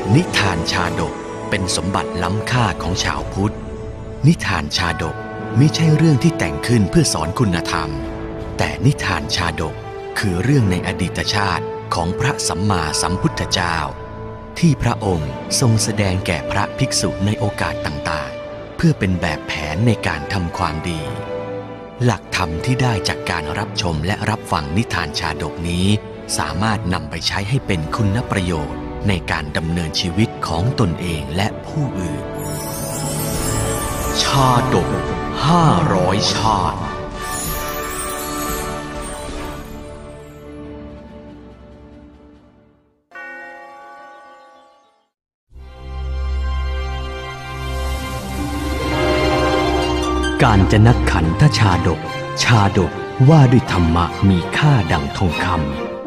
นิทานชาดกเป็นสมบัติล้ำค่าของชาวพุทธนิทานชาดกไม่ใช่เรื่องที่แต่งขึ้นเพื่อสอนคุณธรรมแต่นิทานชาดกคือเรื่องในอดีตชาติของพระสัมมาสัมพุทธเจ้าที่พระองค์ทรงแสดงแก่พระภิกษุในโอกาสต่างๆเพื่อเป็นแบบแผนในการทำความดีหลักธรรมที่ได้จากการรับชมและรับฟังนิทานชาดกนี้สามารถนำไปใช้ให้เป็นคุณประโยชน์ในการดำเนินชีวิตของตนเองและผู้อื่นชาดก500 ชาติกาญจนขันธชาดกชาดกว่าด้วยธรรมะมีค่าดังทองคำ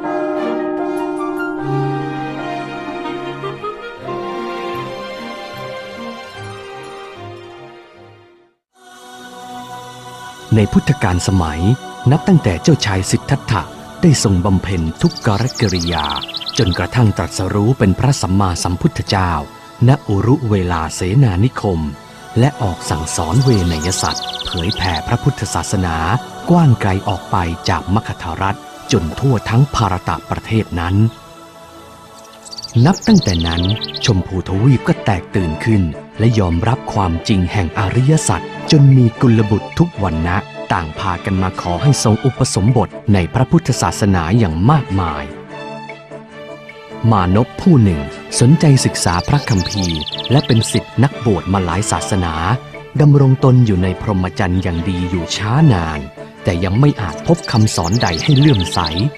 ในพุทธกาลสมัยนับตั้งแต่เจ้าชายสิทธัตถะได้ทรงบำเพ็ญทุกขกิริยาจนกระทั่งตรัสรู้เป็นพระสัมมาสัมพุทธเจ้าณอุรุเวลาเสนานิคมและออกสั่งสอนเวนยสัตว์เผยแผ่พระพุทธศาสนากว้างไกลออกไปจากมคธรัฐจนทั่วทั้งภารตประเทศนั้นนับตั้งแต่นั้นชมพูทวีปก็แตกตื่นขึ้นและยอมรับความจริงแห่งอริยสัจจนมีกุลบุตรทุกวรรณะต่างพากันมาขอให้ทรงอุปสมบทในพระพุทธศาสนาอย่างมากมายมานพผู้หนึ่งสนใจศึกษาพระคัมภีร์และเป็นศิษย์นักบวชมาหลายศาสนาดำรงตนอยู่ในพรหมจรรย์อย่างดีอยู่ช้านานแต่ยังไม่อาจพบคำสอนใดให้เลื่อมใส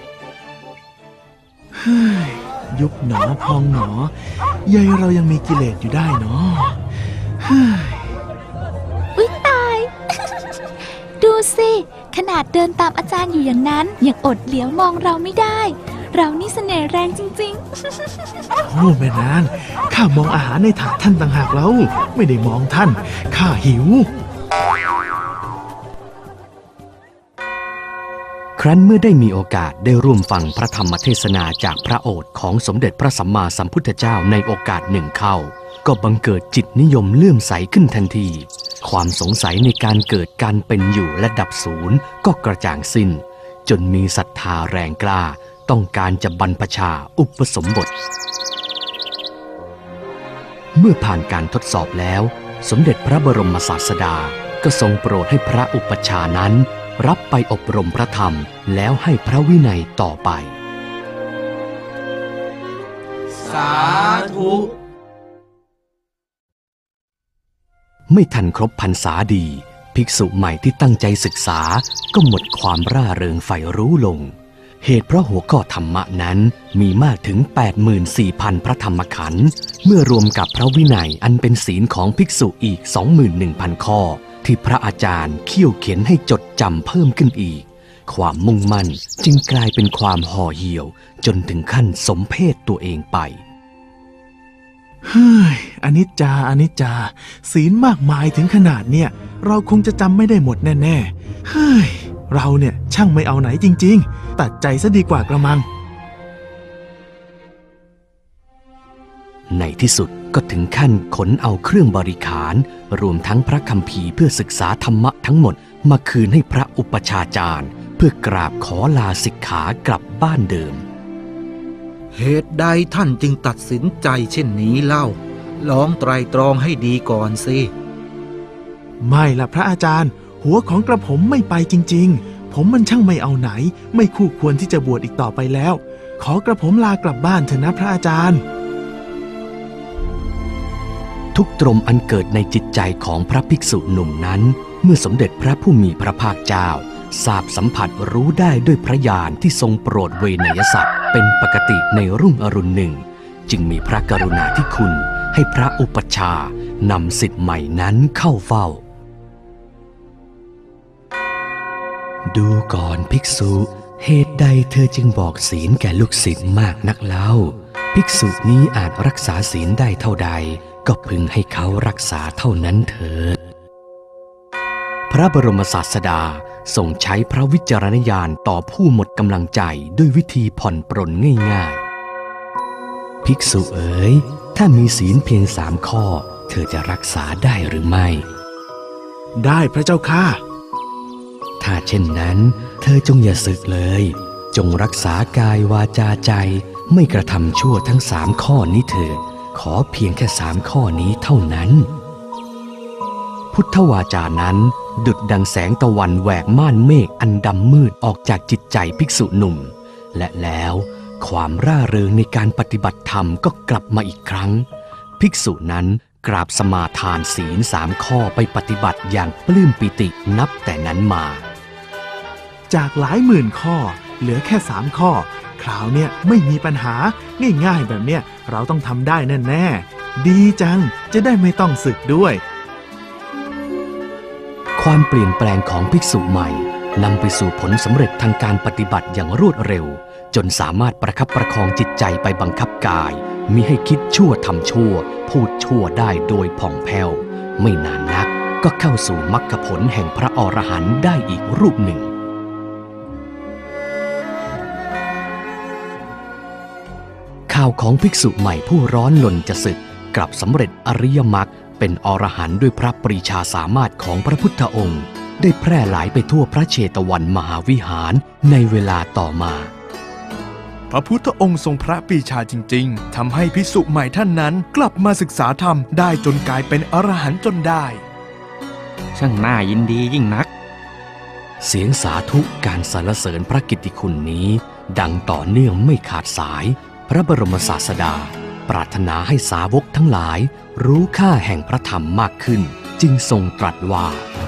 ยุบหนอพองหนอยายเรายังมีกิเลสอยู่ได้เนาะอุ๊ยตาย ดูสิขนาดเดินตามอาจารย์อยู่อย่างนั้นยังอดเหลียวมองเราไม่ได้เรานี่เสน่ห์แรงจริงๆโอ้แม่นางข้ามองอาหารในถาดท่านต่างหากแล้วไม่ได้มองท่านข้าหิวครั้นเมื่อได้มีโอกาสได้ร่วมฟังพระธรรมเทศนาจากพระโอษฐ์ของสมเด็จพระสัมมาสัมพุทธเจ้าในโอกาสหนึ่งเข้าก็บังเกิดจิตนิยมเลื่อมใสขึ้นทันทีความสงสัยในการเกิดการเป็นอยู่และดับสูญก็กระจ่างสิ้นจนมีศรัทธาแรงกล้าต้องการจะบรรพชาอุปสมบทเมื่อผ่านการทดสอบแล้วสมเด็จพระบรมศาสดาก็ทรงโปรดให้พระอุปัชฌาย์นั้นรับไปอบรมพระธรรมแล้วให้พระวินัยต่อไปสาธุไม่ทันครบพรรษาดีภิกษุใหม่ที่ตั้งใจศึกษาก็หมดความร่าเริงใฝ่รู้ลงเหตุเพราะหัวข้อธรรมะนั้นมีมากถึง 84,000 พระธรรมขันธ์เมื่อรวมกับพระวินัยอันเป็นศีลของภิกษุอีก 21,000 ข้อที่พระอาจารย์เคี่ยวเข็นให้จดจำเพิ่มขึ้นอีกความมุ่งมั่นจึงกลายเป็นความห่อเหี่ยวจนถึงขั้นสมเพศตัวเองไปอนิจจาอนิจจาศีลมากมายถึงขนาดเนี่ยเราคงจะจำไม่ได้หมดแน่ๆเราเนี่ยช่างไม่เอาไหนจริงๆตัดใจซะดีกว่ากระมังในที่สุดก็ถึงขั้นขนเอาเครื่องบริขารรวมทั้งพระคัมภีร์เพื่อศึกษาธรรมะทั้งหมดมาคืนให้พระอุปัชฌาจารย์เพื่อกราบขอลาสิกขากลับบ้านเดิมเหตุใดท่านจึงตัดสินใจเช่นนี้เล่าลองไตร่ตรองให้ดีก่อนสิไม่ล่ะพระอาจารย์หัวของกระผมไม่ไปจริงๆผมมันช่างไม่เอาไหนไม่คู่ควรที่จะบวชอีกต่อไปแล้วขอกระผมลากลับบ้านเถอะนะพระอาจารย์ทุกตรมอันเกิดในจิตใจของพระภิกษุหนุ่มนั้นเมื่อสมเด็จพระผู้มีพระภาคเจ้าทราบสัมผัสรู้ได้ด้วยพระญาณที่ทรงโปรดเวนยสัตว์เป็นปกติในรุ่งอรุณหนึ่งจึงมีพระกรุณาธิคุณให้พระอุปัชฌาย์นำศิษย์ใหม่นั้นเข้าเฝ้าดูก่อนภิกษุเหตุใดเธอจึงบอกศีลแก่ลูกศิษย์มากนักเล่าภิกษุนี้อาจรักษาศีลได้เท่าใดก็พึงให้เขารักษาเท่านั้นเถิดพระบรมศาสดาทรงใช้พระวิจารณญาณต่อผู้หมดกำลังใจด้วยวิธีผ่อนปรนง่ายๆภิกษุเอ๋ยถ้ามีศีลเพียง3 ข้อเธอจะรักษาได้หรือไม่ได้พระเจ้าค่ะถ้าเช่นนั้นเธอจงอย่าสึกเลยจงรักษากายวาจาใจไม่กระทำชั่วทั้ง3 ข้อนี้เถิดขอเพียงแค่3 ข้อนี้เท่านั้นพุทธวาจานั้นดุจดังแสงตะวันแหวกม่านเมฆอันดำมืดออกจากจิตใจภิกษุหนุ่มและแล้วความร่าเริงในการปฏิบัติธรรมก็กลับมาอีกครั้งภิกษุนั้นกราบสมาทานศีล3 ข้อไปปฏิบัติอย่างปลื้มปิตินับแต่นั้นมาจากหลายหมื่นข้อเหลือแค่3 ข้อคราวเนี้ยไม่มีปัญหาง่ายๆแบบเนี้ยเราต้องทำได้แน่ๆดีจังจะได้ไม่ต้องสึกด้วยความเปลี่ยนแปลงของภิกษุใหม่นำไปสู่ผลสำเร็จทางการปฏิบัติอย่างรวดเร็วจนสามารถประคับประคองจิตใจไปบังคับกายมิให้คิดชั่วทำชั่วพูดชั่วได้โดยผ่องแผ้วไม่นานนักก็เข้าสู่มรรคผลแห่งพระอรหันต์ได้อีกรูปหนึ่งข่าวของภิกษุใหม่ผู้ร้อนรนจะสึกกลับสำเร็จอริยมรรคเป็นอรหันต์ด้วยพระปรีชาสามารถของพระพุทธองค์ได้แพร่หลายไปทั่วพระเชตวันมหาวิหารในเวลาต่อมาพระพุทธองค์ทรงพระปรีชาจริงๆทำให้ภิกษุใหม่ท่านนั้นกลับมาศึกษาธรรมได้จนกลายเป็นอรหันต์จนได้ช่างน่ายินดียิ่งนักเสียงสาธุการสรรเสริญพระกิตติคุณนี้ดังต่อเนื่องไม่ขาดสายพระบรมศาสดาปรารถนาให้สาวกทั้งหลายรู้ค่าแห่งพระธรรมมากขึ้นจึงทรงตรัสว่า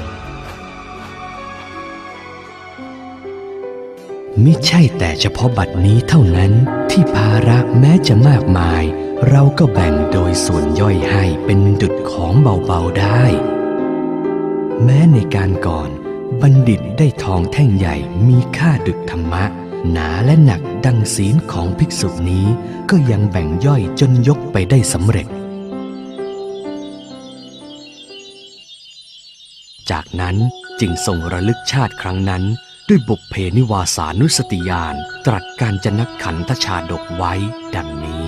มิใช่แต่เฉพาะบัดนี้เท่านั้นที่ภาระแม้จะมากมายเราก็แบ่งโดยส่วนย่อยให้เป็นดุจของเบาๆได้แม้ในการก่อนบัณฑิตได้ทองแท่งใหญ่มีค่าดุจธรรมะหนาและหนักดังศีลของภิกษุนี้ก็ยังแบ่งย่อยจนยกไปได้สำเร็จจากนั้นจึงทรงระลึกชาติครั้งนั้นด้วยบุพเพนิวาสานุสติญาณตรัสกาญจนขันธชาดกไว้ดังนี้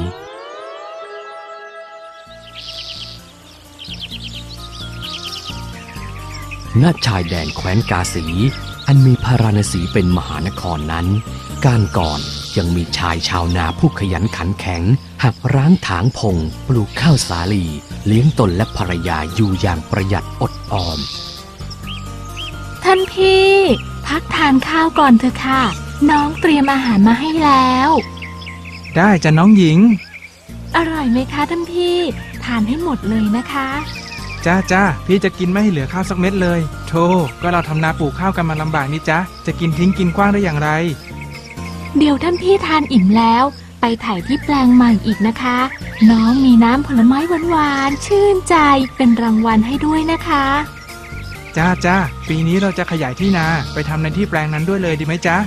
ณชายแดนแคว้นกาสีอันมีพาราณสีเป็นมหานครนั้นการก่อนยังมีชายชาวนาผู้ขยันขันแข็งหักร้างถางพงปลูกข้าวสาลีเลี้ยงตนและภรรยาอยู่อย่างประหยัดอดออมท่านพี่พักทานข้าวก่อนเถอะค่ะน้องเตรียมอาหารมาให้แล้วได้จ้ะน้องหญิงอร่อยไหมคะท่านพี่ทานให้หมดเลยนะคะจ้าพี่จะกินไม่ให้เหลือข้าวสักเม็ดเลยโธ่ก็เราทำนาปลูกข้าวกันมาลำบากนี่จ๊ะจะกินทิ้งกินกว้างได้อย่างไรเดี๋ยวท่านพี่ทานอิ่มแล้วไปถ่ายที่แปลงใหม่อีกนะคะน้องมีน้ำผลไม้หวานๆชื่นใจเป็นรางวัลให้ด้วยนะคะจ้าปีนี้เราจะขยายที่นาไปทำในที่แปลงนั้นด้วยเลยดีไหมจ๊ะ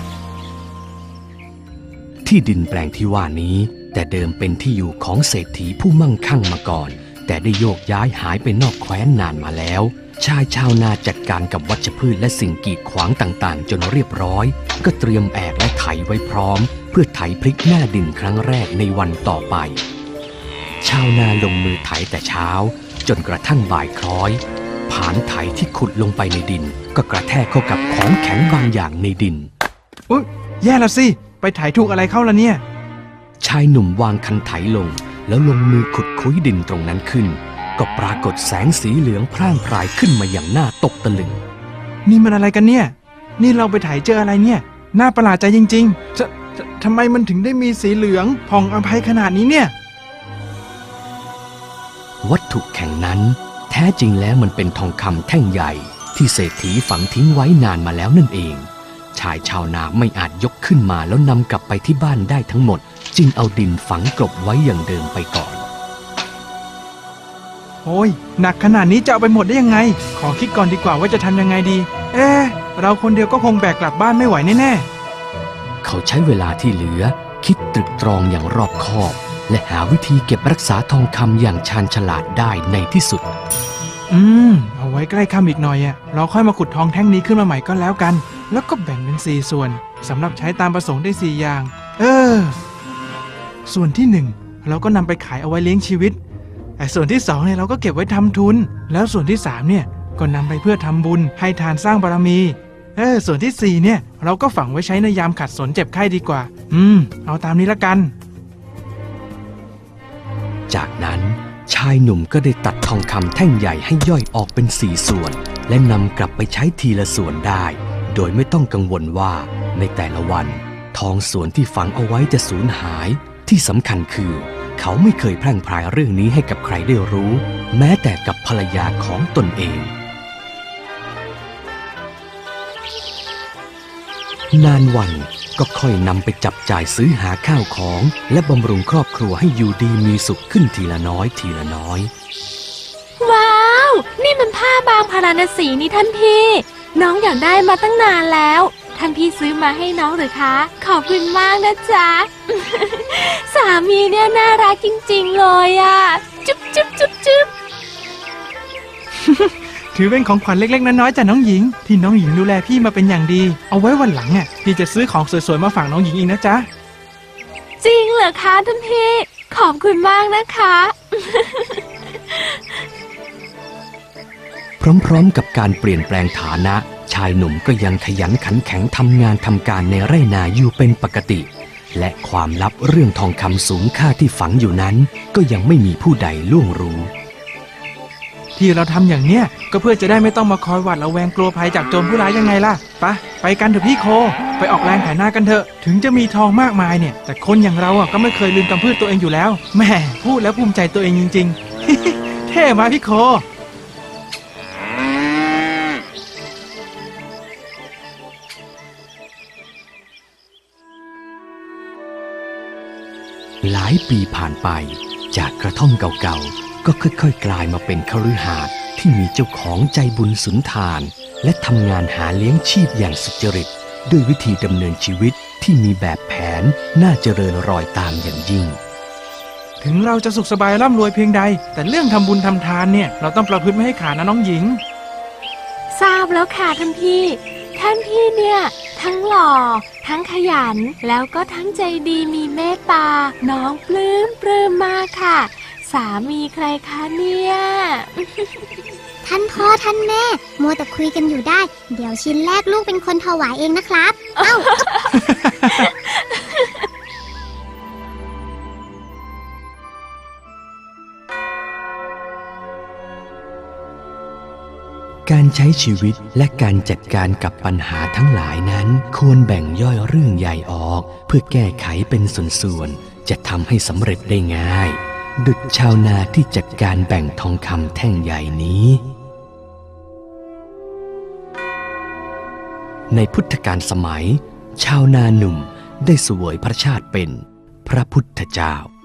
ที่ดินแปลงที่ว่านี้แต่เดิมเป็นที่อยู่ของเศรษฐีผู้มั่งคั่งมาก่อนแต่ได้โยกย้ายหายไปนอกแคว้นนานมาแล้วชายชาวนาจัดการกับวัชพืชและสิ่งกีดขวางต่างๆจนเรียบร้อยก็เตรียมแอกและไถไว้พร้อมเพื่อไถพลิกหน้าดินครั้งแรกในวันต่อไปชาวนาลงมือไถแต่เช้าจนกระทั่งบ่ายคล้อยผานไถที่ขุดลงไปในดินก็กระแทกเข้ากับของแข็งบางอย่างในดินอุ๊ยแย่แล้วสิไปไถถูกอะไรเข้าล่ะเนี่ยชายหนุ่มวางคันไถลงแล้วลงมือขุดคุ้ยดินตรงนั้นขึ้นก็ปรากฏแสงสีเหลืองพร่างพรายขึ้นมาอย่างน่าตกตะลึงนี่มันอะไรกันเนี่ยนี่เราไปไถเจออะไรเนี่ยน่าประหลาดใจจริงๆทำไมมันถึงได้มีสีเหลืองผ่องอภัยขนาดนี้เนี่ยวัตถุแข็งนั้นแท้จริงแล้วมันเป็นทองคำแท่งใหญ่ที่เศรษฐีฝังทิ้งไว้นานมาแล้วนั่นเองชายชาวนาไม่อาจยกขึ้นมาแล้วนำกลับไปที่บ้านได้ทั้งหมดจึงเอาดินฝังกลบไว้อย่างเดิมไปก่อนโอ้ยหนักขนาดนี้จะเอาไปหมดได้ยังไงขอคิดก่อนดีกว่าว่าจะทำยังไงดีเราคนเดียวก็คงแบกกลับบ้านไม่ไหวแน่ๆเขาใช้เวลาที่เหลือคิดตรึกตรองอย่างรอบคอบและหาวิธีเก็บรักษาทองคำอย่างชาญฉลาดได้ในที่สุดเอาไว้ใกล้ค่ำอีกหน่อยเราค่อยมาขุดทองแท่งนี้ขึ้นมาใหม่ก็แล้วกันแล้วก็แบ่งเป็น4 ส่วนสำหรับใช้ตามประสงค์ได้4 อย่างส่วนที่เราก็นำไปขายเอาไว้เลี้ยงชีวิตแต่ส่วนที่2เนี่ยเราก็เก็บไว้ทำทุนแล้วส่วนที่3เนี่ยก็นำไปเพื่อทำบุญให้ทานสร้างบารมีส่วนที่4เนี่ยเราก็ฝังไว้ใช้ในยามขัดสนเจ็บไข้ดีกว่าเอาตามนี้ละกันจากนั้นชายหนุ่มก็ได้ตัดทองคำแท่งใหญ่ให้ย่อยออกเป็น4 ส่วนและนำกลับไปใช้ทีละส่วนได้โดยไม่ต้องกังวลว่าในแต่ละวันทองส่วนที่ฝังเอาไว้จะสูญหายที่สำคัญคือเขาไม่เคยแพร่งพรายเรื่องนี้ให้กับใครได้รู้แม้แต่กับภรรยาของตนเองนานวันก็ค่อยนำไปจับจ่ายซื้อหาข้าวของและบำรุงครอบครัวให้อยู่ดีมีสุขขึ้นทีละน้อยทีละน้อยว้าวนี่มันผ้าบางพาราณสีนี่ท่านพี่น้องอยากได้มาตั้งนานแล้วท่านพี่ซื้อมาให้น้องหรือคะขอบคุณมากนะจ๊ะ สามีเนี่ยน่ารักจริงๆเลยอ่ะจุ๊บจุ๊บจุ๊บจุ๊บถือเป็นของขวัญเล็กๆน้อยๆจากน้องหญิงที่น้องหญิงดูแลพี่มาเป็นอย่างดีเอาไว้วันหลังพี่จะซื้อของสวยๆมาฝากน้องหญิงอีกนะจ๊ะจริงเหรอคะท่านพี่ขอบคุณมากนะคะพร้อมๆกับการเปลี่ยนแปลงฐานะชายหนุ่มก็ยังขยันขันแข็งทำงานทำการในไร่นาอยู่เป็นปกติและความลับเรื่องทองคำสูงค่าที่ฝังอยู่นั้นก็ยังไม่มีผู้ใดล่วงรู้ที่เราทำอย่างเนี้ยก็เพื่อจะได้ไม่ต้องมาคอยหวาดระแวงกลัวภัยจากโจรผู้ร้ายยังไงล่ะไปกันเถอะพี่โคไปออกแรงขายหน้ากันเถอะถึงจะมีทองมากมายเนี่ยแต่คนอย่างเราก็ไม่เคยลืมกำพืชตัวเองอยู่แล้วแหมพูดแล้วภูมิใจตัวเองจริงๆ เท่มาพี่โคหลายปีผ่านไปจากกระท่อมเก่าๆก็ค่อยๆกลายมาเป็นคฤหาสน์ที่มีเจ้าของใจบุญสุนทานและทำงานหาเลี้ยงชีพอย่างสุจริตด้วยวิธีดำเนินชีวิตที่มีแบบแผนน่าเจริญรอยตามอย่างยิ่งถึงเราจะสุขสบายร่ำรวยเพียงใดแต่เรื่องทำบุญทำทานเนี่ยเราต้องประพฤติไม่ให้ขาดนะน้องหญิงทราบแล้วค่ะท่านพี่เนี่ยทั้งหล่อทั้งขยันแล้วก็ทั้งใจดีมีเมตตาน้องปลื้มมากค่ะสามีใครคะเนี่ยท่านพ่อท่านแม่มัวแต่คุยกันอยู่ได้เดี๋ยวชิ้นแรกลูกเป็นคนถวายเองนะครับเอ้าการใช้ชีวิตและการจัดการกับปัญหาทั้งหลายนั้นควรแบ่งย่อยเรื่องใหญ่ออกเพื่อแก้ไขเป็นส่วนๆจะทำให้สำเร็จได้ง่ายดุจชาวนาที่จัดการแบ่งทองคำแท่งใหญ่นี้ในพุทธกาลสมัยชาวนาหนุ่มได้เสวยพระชาติเป็นพระพุทธเจ้า